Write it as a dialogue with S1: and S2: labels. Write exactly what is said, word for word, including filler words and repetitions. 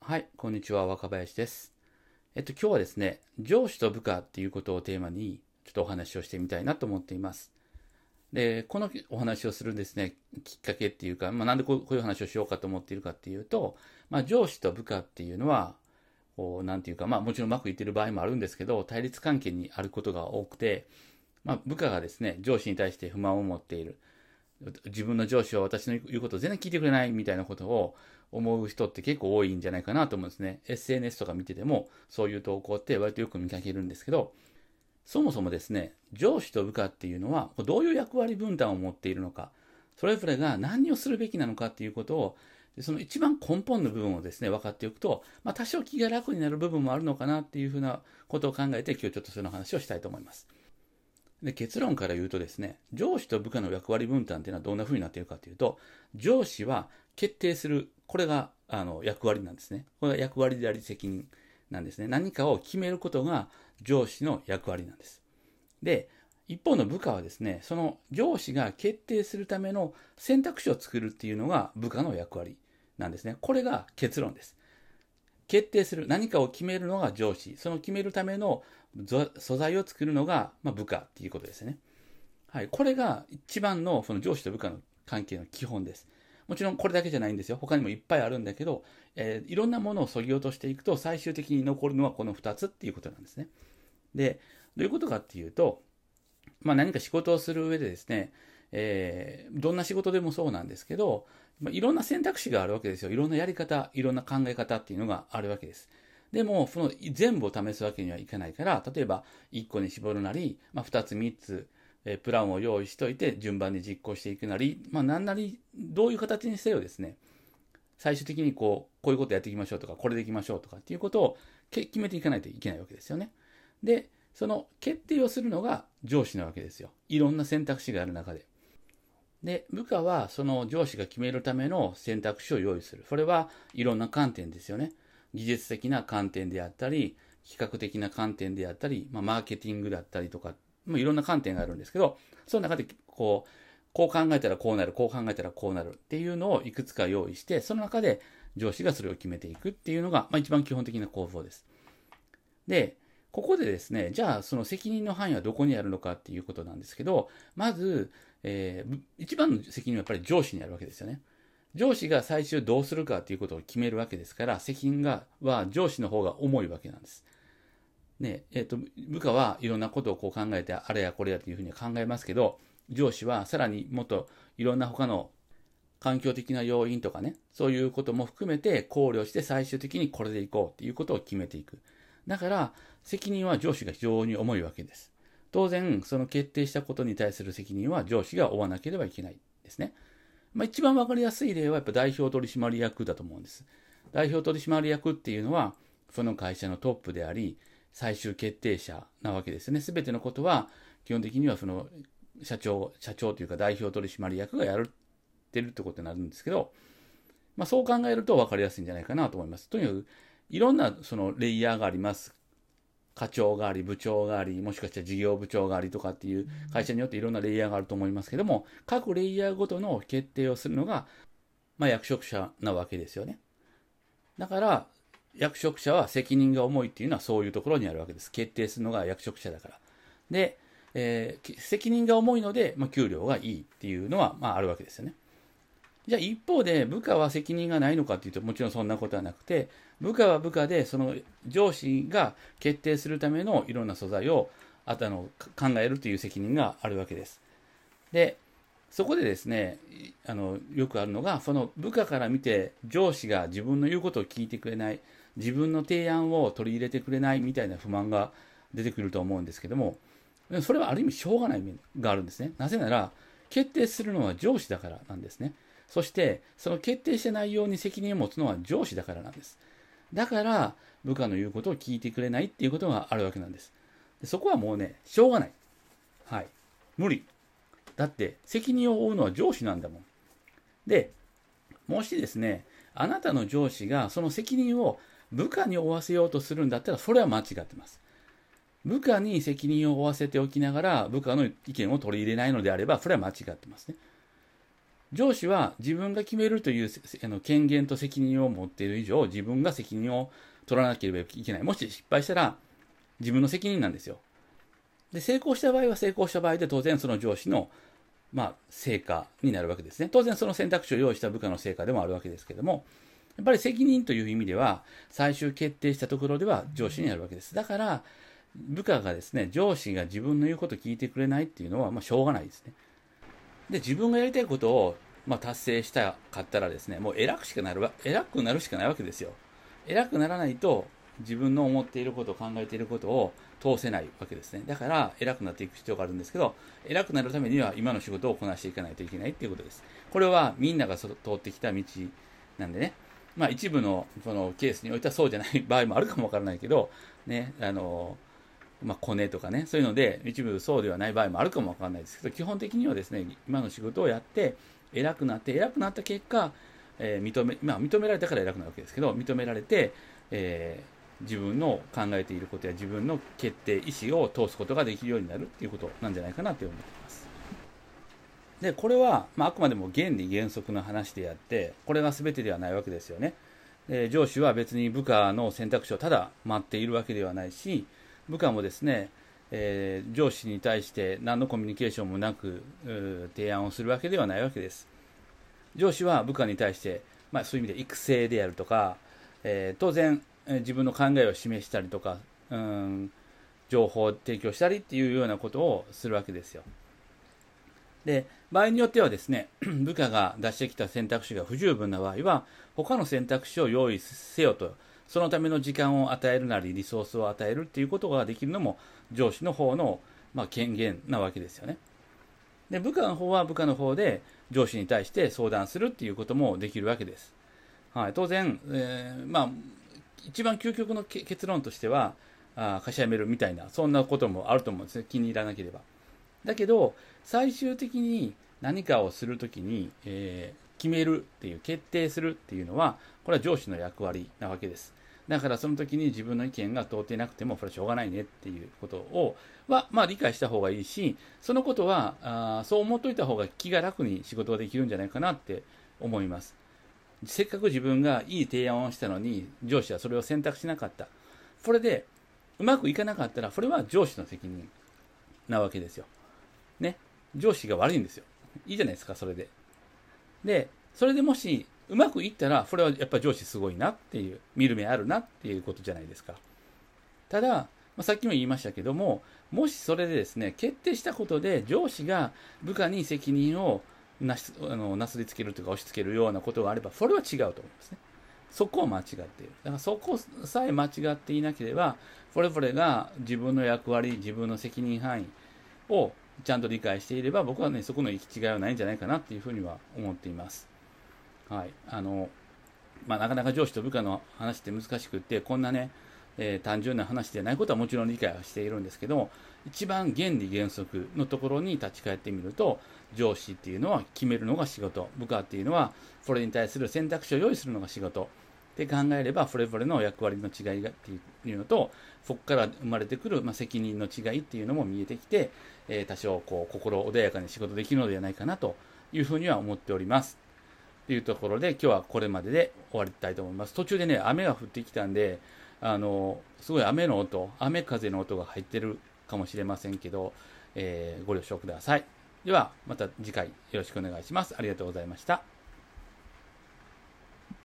S1: はい、こんにちは、若林です。えっと、今日はですね、上司と部下っていうことをテーマに、ちょっとお話をしてみたいなと思っています。で、このお話をするですね、きっかけっていうか、まあ、なんでこうこういう話をしようかと思っているかっていうと、まあ、上司と部下っていうのは、こう、なんていうか、まあ、もちろんうまくいっている場合もあるんですけど、対立関係にあることが多くて、まあ、部下がですね、上司に対して不満を持っている。自分の上司は私の言うことを全然聞いてくれないみたいなことを思う人って結構多いんじゃないかなと思うんですね。エスエヌエス とか見ててもそういう投稿って割とよく見かけるんですけど、そもそもですね、上司と部下っていうのはどういう役割分担を持っているのか、それぞれが何をするべきなのかっていうことを、その一番根本の部分をですね、分かっておくと、まあ多少気が楽になる部分もあるのかなっていうふうなことを考えて今日ちょっとその話をしたいと思います。で、結論から言うとですね、上司と部下の役割分担っていうのはどんな風になっているかというと、上司は決定する、これがあの役割なんですね。これが役割であり責任なんですね。何かを決めることが上司の役割なんです。で、一方の部下はですね、その上司が決定するための選択肢を作るっていうのが部下の役割なんですね。これが結論です。決定する、何かを決めるのが上司、その決めるための素材を作るのが、まあ、部下っていうことですね。はい、これが一番のその上司と部下の関係の基本です。もちろんこれだけじゃないんですよ。他にもいっぱいあるんだけど、えー、いろんなものを削ぎ落としていくと最終的に残るのはこのふたつっていうことなんですね。で、どういうことかっていうと、まあ、何か仕事をする上でですね、えー、どんな仕事でもそうなんですけど、まあ、いろんな選択肢があるわけですよ。いろんなやり方、いろんな考え方っていうのがあるわけです。でも、その全部を試すわけにはいかないから、例えばいっこに絞るなり、まあ、ふたつ、みっつ、えー、プランを用意しといて順番に実行していくなり、まあ、何なり、どういう形にせよですね、最終的にこう、こういうことやっていきましょうとか、これでいきましょうとかっていうことを決めていかないといけないわけですよね。で、その決定をするのが上司なわけですよ。いろんな選択肢がある中で。で、部下はその上司が決めるための選択肢を用意する。それはいろんな観点ですよね。技術的な観点であったり、企画的な観点であったり、まあ、マーケティングだったりとか、まあ、いろんな観点があるんですけど、その中でこう、こう考えたらこうなる、こう考えたらこうなるっていうのをいくつか用意して、その中で上司がそれを決めていくっていうのが、まあ、一番基本的な構造です。で、ここでですね、じゃあその責任の範囲はどこにあるのかっていうことなんですけど、まず、えー、一番の責任はやっぱり上司にあるわけですよね。上司が最終どうするかということを決めるわけですから、責任がは上司の方が重いわけなんです。ねえーと、部下はいろんなことをこう考えて、あれやこれやというふうに考えますけど、上司はさらにもっといろんな他の環境的な要因とかね、そういうことも含めて考慮して最終的にこれでいこうということを決めていく。だから、責任は上司が非常に重いわけです。当然、その決定したことに対する責任は上司が負わなければいけないですね。まあ、一番わかりやすい例はやっぱ代表取締役だと思うんです。代表取締役っていうのは、その会社のトップであり、最終決定者なわけですね。すべてのことは、基本的にはその社長、社長というか代表取締役がやるってるってことになるんですけど、まあ、そう考えると分かりやすいんじゃないかなと思います。とにかく、いろんなそのレイヤーがあります。課長があり、部長があり、もしかしたら事業部長がありとかっていう会社によっていろんなレイヤーがあると思いますけども、各レイヤーごとの決定をするのが、まあ、役職者なわけですよね。だから、役職者は責任が重いっていうのはそういうところにあるわけです。決定するのが役職者だから。で、えー、責任が重いので、まあ、給料がいいっていうのは、まあ、あるわけですよね。じゃあ一方で部下は責任がないのかというともちろんそんなことはなくて、部下は部下でその上司が決定するためのいろんな素材をあとあの考えるという責任があるわけです。で、そこでですね、あのよくあるのが、その部下から見て上司が自分の言うことを聞いてくれない、自分の提案を取り入れてくれないみたいな不満が出てくると思うんですけども、それはある意味しょうがない面があるんですね。なぜなら、決定するのは上司だからなんですね。そして、その決定した内容に責任を持つのは上司だからなんです。だから、部下の言うことを聞いてくれないっていうことがあるわけなんです。でそこはもうね、しょうがない。はい。無理。だって、責任を負うのは上司なんだもん。で、もしですね、あなたの上司がその責任を部下に負わせようとするんだったら、それは間違ってます。部下に責任を負わせておきながら、部下の意見を取り入れないのであれば、それは間違ってますね。 上司は自分が決めるというあの権限と責任を持っている以上、自分が責任を取らなければいけない。もし失敗したら自分の責任なんですよ。で、成功した場合は成功した場合で当然その上司の、まあ、成果になるわけですね。当然その選択肢を用意した部下の成果でもあるわけですけども、やっぱり責任という意味では最終決定したところでは上司になるわけです。だから部下がですね、上司が自分の言うことを聞いてくれないっていうのは、まあ、しょうがないですね。で、自分がやりたいことを、まあ、達成したかったらですね、もう偉くしかなるわ、偉くなるしかないわけですよ。偉くならないと、自分の思っていること、考えていることを通せないわけですね。だから、偉くなっていく必要があるんですけど、偉くなるためには今の仕事をこなしていかないといけないっていうことです。これはみんなが通ってきた道なんでね。まあ、一部のそのケースにおいてはそうじゃない場合もあるかもわからないけど、ね、あの、まあ、コネとかね、そういうので、一部そうではない場合もあるかもわからないですけど、基本的にはですね、今の仕事をやって、偉くなって、偉くなった結果、えー、認め、まあ、認められたから偉くなるわけですけど、認められて、えー、自分の考えていることや自分の決定、意思を通すことができるようになるっていうことなんじゃないかなと思っています。で、これは、まあ、あくまでも原理原則の話であって、これが全てではないわけですよね。で、上司は別に部下の選択肢をただ待っているわけではないし、部下もですね、えー、上司に対して何のコミュニケーションもなく提案をするわけではないわけです。上司は部下に対して、まあ、そういう意味で育成であるとか、えー、当然、えー、自分の考えを示したりとか、うん、情報を提供したりっていうようなことをするわけですよ。で、場合によってはですね、部下が出してきた選択肢が不十分な場合は、他の選択肢を用意せよと、そのための時間を与えるなり、リソースを与えるっていうことができるのも、上司の方の、まあ、権限なわけですよね。で、部下の方は部下の方で、上司に対して相談するっていうこともできるわけです。はい、当然、えー、まあ、一番究極の結論としては、あ会社辞めるみたいな、そんなこともあると思うんですね。気に入らなければ。だけど、最終的に何かをするときに、えー、決めるっていう、決定するっていうのは、これは上司の役割なわけです。だからその時に自分の意見が通っていなくても、これはしょうがないねっていうことを、は、まあ理解した方がいいし、そのことは、あそう思っといた方が気が楽に仕事ができるんじゃないかなって思います。せっかく自分がいい提案をしたのに、上司はそれを選択しなかった。これで、うまくいかなかったら、これは上司の責任なわけですよ。ね。上司が悪いんですよ。いいじゃないですか、それで。で、それでもし、うまくいったら、これはやっぱ上司すごいなっていう、見る目あるなっていうことじゃないですか。ただ、まあ、さっきも言いましたけども、もしそれでですね、決定したことで上司が部下に責任をなしあのなすりつけるというか押し付けるようなことがあれば、それは違うと思いますね。そこは間違っている。だからそこさえ間違っていなければ、それぞれが自分の役割、自分の責任範囲をちゃんと理解していれば、僕はね、そこの行き違いはないんじゃないかなっていうふうには思っています。はい。あの、まあ、なかなか上司と部下の話って難しくって、こんなね、えー、単純な話でないことはもちろん理解はしているんですけども、一番原理原則のところに立ち返ってみると、上司っていうのは決めるのが仕事、部下っていうのはそれに対する選択肢を用意するのが仕事って考えれば、それぞれの役割の違いがっていうのと、そこから生まれてくる、まあ、責任の違いっていうのも見えてきて、えー、多少こう心穏やかに仕事できるのではないかなというふうには思っております。というところで今日はこれまでで終わりたいと思います。途中でね、雨が降ってきたんで、あの、すごい雨の音、雨風の音が入ってるかもしれませんけど、えー、ご了承ください。では、また次回よろしくお願いします。ありがとうございました。